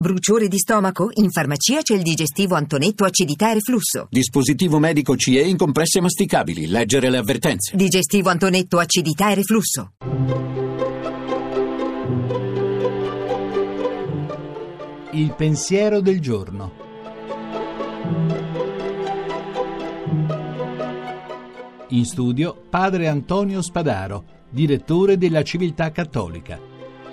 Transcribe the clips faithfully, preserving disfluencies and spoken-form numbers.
Bruciore di stomaco? In farmacia c'è il digestivo Antonetto acidità e reflusso. Dispositivo medico C E in compresse masticabili. Leggere le avvertenze. Digestivo Antonetto acidità e reflusso. Il pensiero del giorno. In studio padre Antonio Spadaro, direttore della Civiltà Cattolica.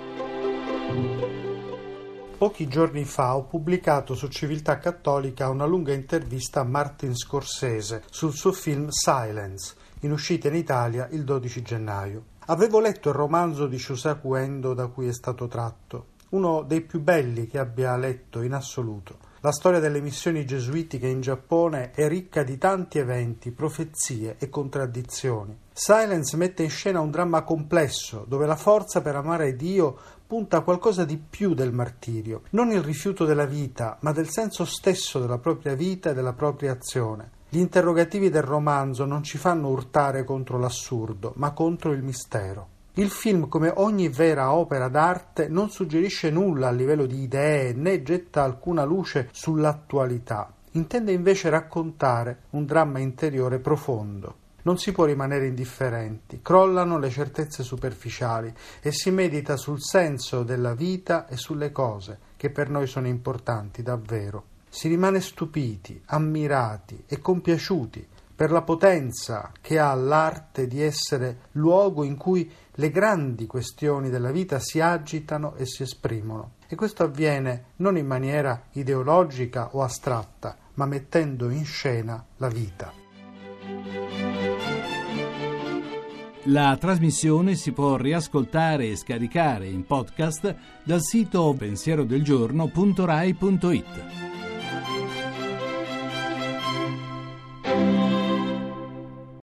Pochi giorni fa ho pubblicato su Civiltà Cattolica una lunga intervista a Martin Scorsese sul suo film Silence, in uscita in Italia il dodici gennaio. Avevo letto il romanzo di Shusaku Endo da cui è stato tratto, uno dei più belli che abbia letto in assoluto. La storia delle missioni gesuitiche in Giappone è ricca di tanti eventi, profezie e contraddizioni. Silence mette in scena un dramma complesso, dove la forza per amare Dio punta a qualcosa di più del martirio, non il rifiuto della vita, ma del senso stesso della propria vita e della propria azione. Gli interrogativi del romanzo non ci fanno urtare contro l'assurdo, ma contro il mistero. Il film, come ogni vera opera d'arte, non suggerisce nulla a livello di idee né getta alcuna luce sull'attualità. Intende invece raccontare un dramma interiore profondo. Non si può rimanere indifferenti, crollano le certezze superficiali e si medita sul senso della vita e sulle cose che per noi sono importanti davvero. Si rimane stupiti, ammirati e compiaciuti per la potenza che ha l'arte di essere luogo in cui le grandi questioni della vita si agitano e si esprimono. E questo avviene non in maniera ideologica o astratta, ma mettendo in scena la vita. La trasmissione si può riascoltare e scaricare in podcast dal sito pensierodelgiorno punto rai punto it.